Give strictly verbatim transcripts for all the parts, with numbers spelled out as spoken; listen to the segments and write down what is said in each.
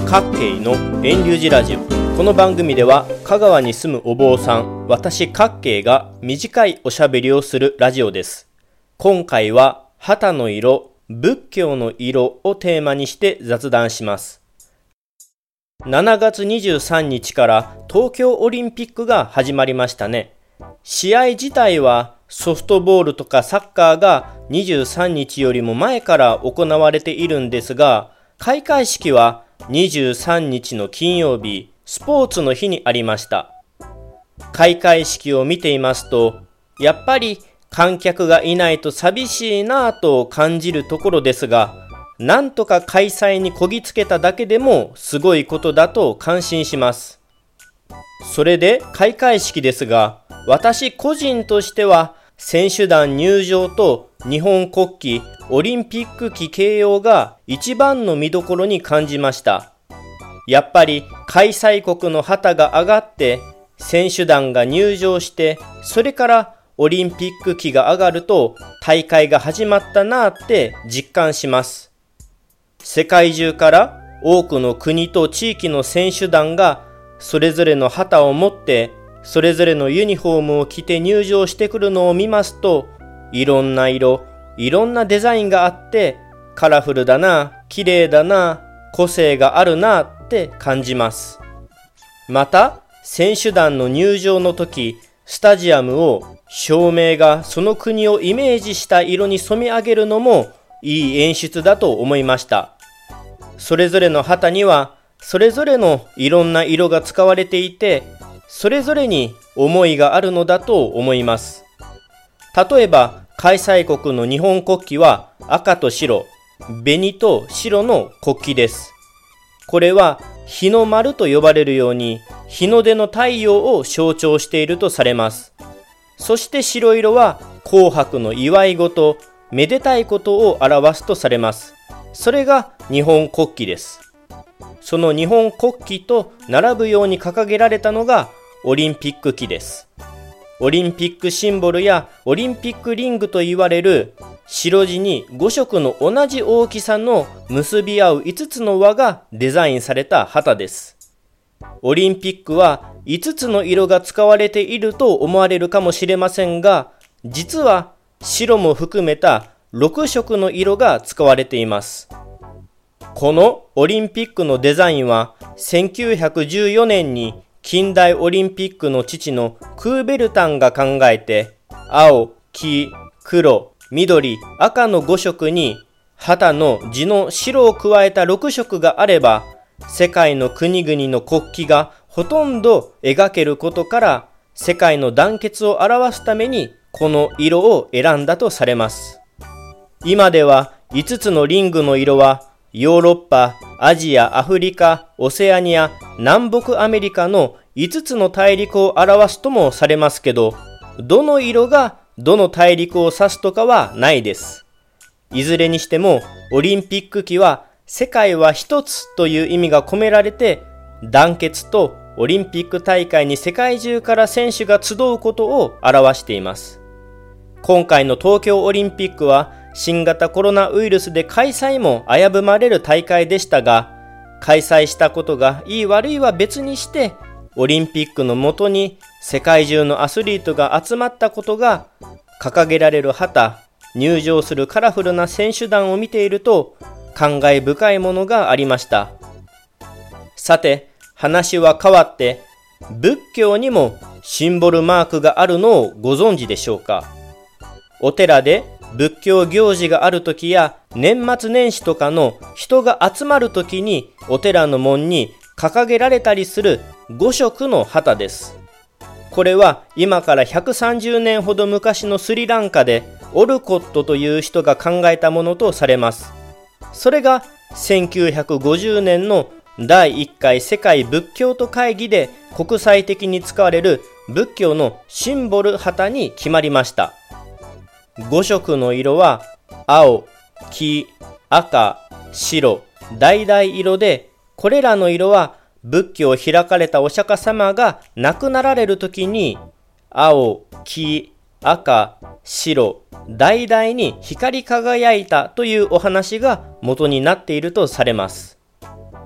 各系の遠流寺ラジオ。この番組では香川に住むお坊さん、私各系が短いおしゃべりをするラジオです。今回は旗の色、仏教の色をテーマにして雑談します。しちがつにじゅうさんにちから東京オリンピックが始まりましたね。試合自体はソフトボールとかサッカーがにじゅうさんにちよりも前から行われているんですが、開会式はにじゅうさんにちの金曜日、スポーツの日にありました。開会式を見ていますと、やっぱり観客がいないと寂しいなぁと感じるところですが、なんとか開催にこぎつけただけでもすごいことだと感心します。それで開会式ですが、私個人としては選手団入場と日本国旗、オリンピック旗掲揚が一番の見どころに感じました。やっぱり開催国の旗が上がって選手団が入場して、それからオリンピック旗が上がると大会が始まったなーって実感します。世界中から多くの国と地域の選手団がそれぞれの旗を持ってそれぞれのユニフォームを着て入場してくるのを見ますと、いろんな色、いろんなデザインがあってカラフルだな、綺麗だな、個性があるなって感じます。また選手団の入場の時、スタジアムを照明がその国をイメージした色に染め上げるのもいい演出だと思いました。それぞれの旗にはそれぞれのいろんな色が使われていて、それぞれに思いがあるのだと思います。例えば開催国の日本国旗は赤と白、紅と白の国旗です。これは日の丸と呼ばれるように日の出の太陽を象徴しているとされます。そして白色は紅白の祝い事、めでたいことを表すとされます。それが日本国旗です。その日本国旗と並ぶように掲げられたのがオリンピック旗です。オリンピックシンボルやオリンピックリングと言われる白地にごしょくの同じ大きさの結び合ういつつの輪がデザインされた旗です。オリンピックはいつつの色が使われていると思われるかもしれませんが、実は白も含めたろくしょくの色が使われています。このオリンピックのデザインはせんきゅうひゃくじゅうよねんに近代オリンピックの父のクーベルタンが考えて、青、黄、黒、緑、赤のごしょくに旗の地の白を加えたろくしょくがあれば、世界の国々の国旗がほとんど描けることから、世界の団結を表すためにこの色を選んだとされます。今ではいつつのリングの色はヨーロッパ、アジア、アフリカ、オセアニア、南北アメリカのいつつの大陸を表すともされますけど、どの色がどの大陸を指すとかはないです。いずれにしてもオリンピック旗は世界は一つという意味が込められて、団結とオリンピック大会に世界中から選手が集うことを表しています。今回の東京オリンピックは新型コロナウイルスで開催も危ぶまれる大会でしたが、開催したことがいい悪いは別にして、オリンピックのもとに世界中のアスリートが集まったことが、掲げられる旗、入場するカラフルな選手団を見ていると感慨深いものがありました。さて、話は変わって仏教にもシンボルマークがあるのをご存知でしょうか。お寺で仏教行事があるときや年末年始とかの人が集まるときにお寺の門に掲げられたりするごしょくの旗です。これは今からひゃくさんじゅうねんほど昔のスリランカでオルコットという人が考えたものとされます。それがせんきゅうひゃくごじゅうねんのだいいっかい世界仏教徒会議で国際的に使われる仏教のシンボル旗に決まりました。ごしょくの色は青、黄、赤、白、橙色で、これらの色は仏教を開かれたお釈迦様が亡くなられるときに青、黄、赤、白、橙に光り輝いたというお話が元になっているとされます。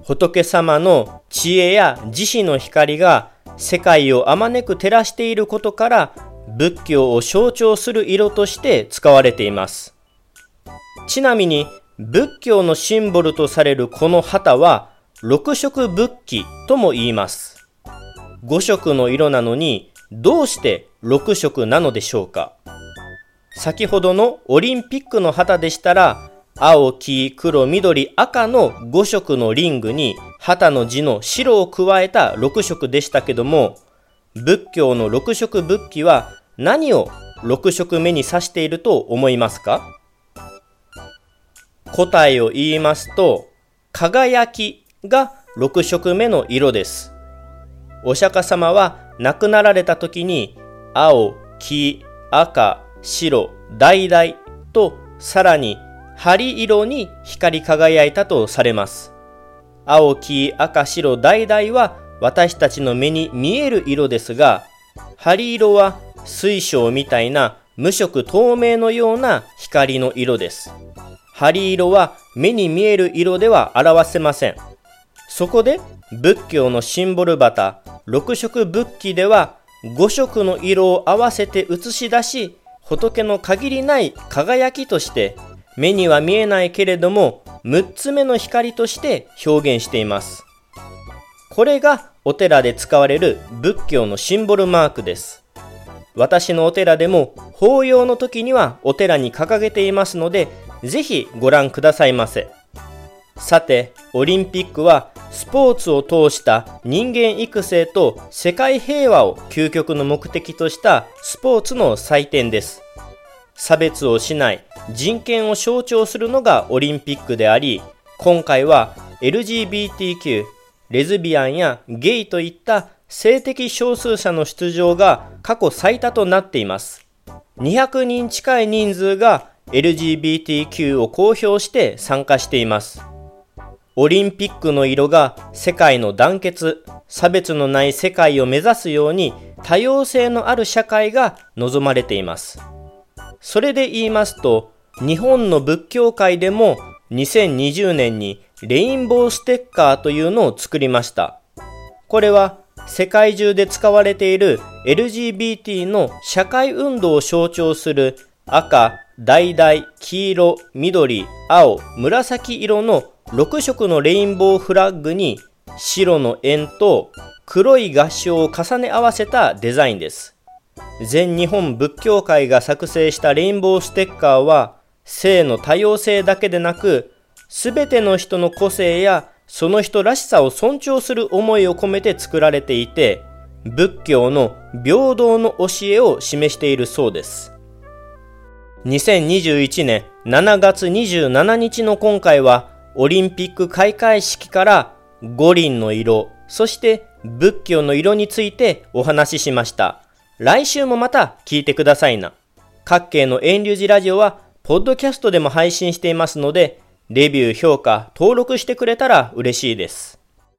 仏様の知恵や慈悲の光が世界をあまねく照らしていることから仏教を象徴する色として使われています。ちなみに仏教のシンボルとされるこの旗は六色仏旗とも言います。五色の色なのにどうして六色なのでしょうか。先ほどのオリンピックの旗でしたら青、黄、黒、緑、赤のご色のリングに旗の字の白を加えたろく色でしたけども、仏教の六色仏旗は何をろく色目に指していると思いますか？答えを言いますと、輝きがろく色目の色です。お釈迦様は亡くなられた時に青、黄、赤、白、橙とさらに針色に光り輝いたとされます。青、黄、赤、白、橙は私たちの目に見える色ですが、針色は水晶みたいな無色透明のような光の色です。針色は目に見える色では表せません。そこで仏教のシンボル旗、六色仏旗では五色の色を合わせて映し出し、仏の限りない輝きとして目には見えないけれどもむっつめの光として表現しています。これがお寺で使われる仏教のシンボルマークです。私のお寺でも法要の時にはお寺に掲げていますので、ぜひご覧くださいませ。さて、オリンピックはスポーツを通した人間育成と世界平和を究極の目的としたスポーツの祭典です。差別をしない人権を象徴するのがオリンピックであり、今回は エルジービーティーキュー、レズビアンやゲイといった性的少数者の出場が過去最多となっています。にひゃくにん近い人数が エルジービーティーキュー を公表して参加しています。オリンピックの色が世界の団結、差別のない世界を目指すように多様性のある社会が望まれています。それで言いますと、日本の仏教界でもにせんにじゅうねんにレインボーステッカーというのを作りました。これは世界中で使われている エルジービーティー の社会運動を象徴する赤、橙、黄色、緑、青、紫色のろく色のレインボーフラッグに白の円と黒い合掌を重ね合わせたデザインです。全日本仏教会が作成したレインボーステッカーは性の多様性だけでなく、すべての人の個性やその人らしさを尊重する思いを込めて作られていて、仏教の平等の教えを示しているそうです。にせんにじゅういちねんしちがつにじゅうしちにちの今回は、オリンピック開会式から五輪の色、そして仏教の色についてお話ししました。来週もまた聞いてくださいな。各系の遠流寺ラジオはポッドキャストでも配信していますので、レビュー、評価、登録してくれたら嬉しいです。